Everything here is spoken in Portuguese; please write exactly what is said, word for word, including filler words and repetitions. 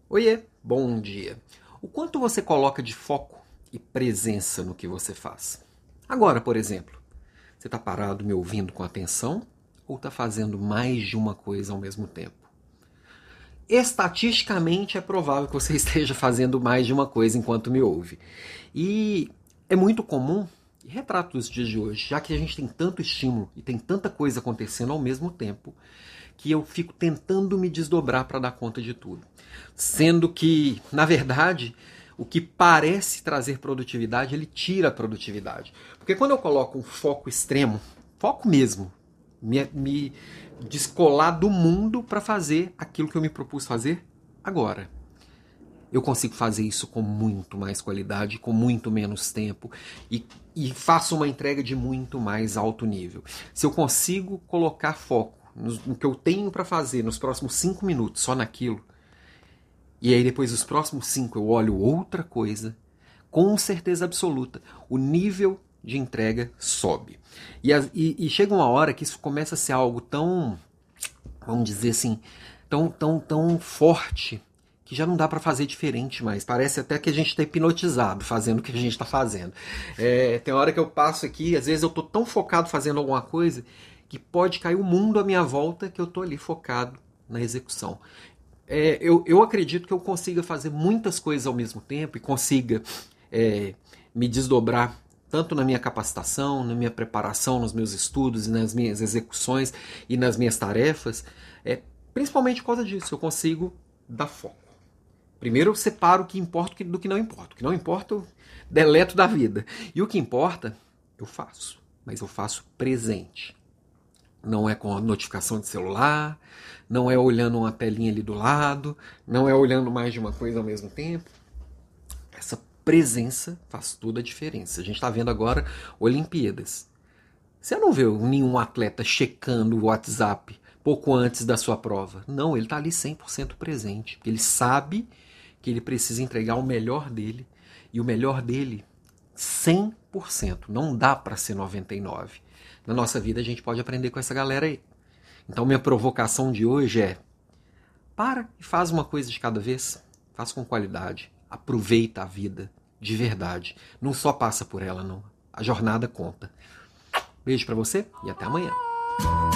Oiê, bom dia. O quanto você coloca de foco e presença no que você faz? Agora, por exemplo, você está parado me ouvindo com atenção ou está fazendo mais de uma coisa ao mesmo tempo? Estatisticamente é provável que você esteja fazendo mais de uma coisa enquanto me ouve. E é muito comum, e retrato os dias de hoje, já que a gente tem tanto estímulo e tem tanta coisa acontecendo ao mesmo tempo, que eu fico tentando me desdobrar para dar conta de tudo. Sendo que, na verdade, o que parece trazer produtividade, ele tira a produtividade. Porque quando eu coloco um foco extremo, foco mesmo, me, me descolar do mundo para fazer aquilo que eu me propus fazer agora. Eu consigo fazer isso com muito mais qualidade, com muito menos tempo e, e faço uma entrega de muito mais alto nível. Se eu consigo colocar foco no, no que eu tenho para fazer nos próximos cinco minutos, só naquilo, e aí depois dos próximos cinco eu olho outra coisa, com certeza absoluta, o nível de entrega sobe. E, e, e chega uma hora que isso começa a ser algo tão, vamos dizer assim, tão, tão, tão forte, que já não dá para fazer diferente mais. Parece até que a gente está hipnotizado fazendo o que a gente está fazendo. É, tem hora que eu passo aqui, às vezes eu estou tão focado fazendo alguma coisa, que pode cair o mundo à minha volta, que eu estou ali focado na execução. É, eu, eu acredito que eu consiga fazer muitas coisas ao mesmo tempo e consiga é, me desdobrar tanto na minha capacitação, na minha preparação, nos meus estudos, nas minhas execuções e nas minhas tarefas, é, principalmente por causa disso, eu consigo dar foco. Primeiro eu separo o que importa do que não importa. O que não importa eu deleto da vida. E o que importa, eu faço. Mas eu faço presente. Não é com a notificação de celular, não é olhando uma telinha ali do lado, não é olhando mais de uma coisa ao mesmo tempo. Essa presença faz toda a diferença. A gente está vendo agora Olimpíadas. Você não vê nenhum atleta checando o WhatsApp pouco antes da sua prova. Não, ele está ali cem por cento presente. Ele sabe que ele precisa entregar o melhor dele. E o melhor dele, cem por cento. Não dá para ser noventa e nove por cento. Na nossa vida a gente pode aprender com essa galera aí. Então minha provocação de hoje é: para e faz uma coisa de cada vez. Faz com qualidade. Aproveita a vida de verdade. Não só passa por ela, não. A jornada conta. Beijo pra você e até amanhã.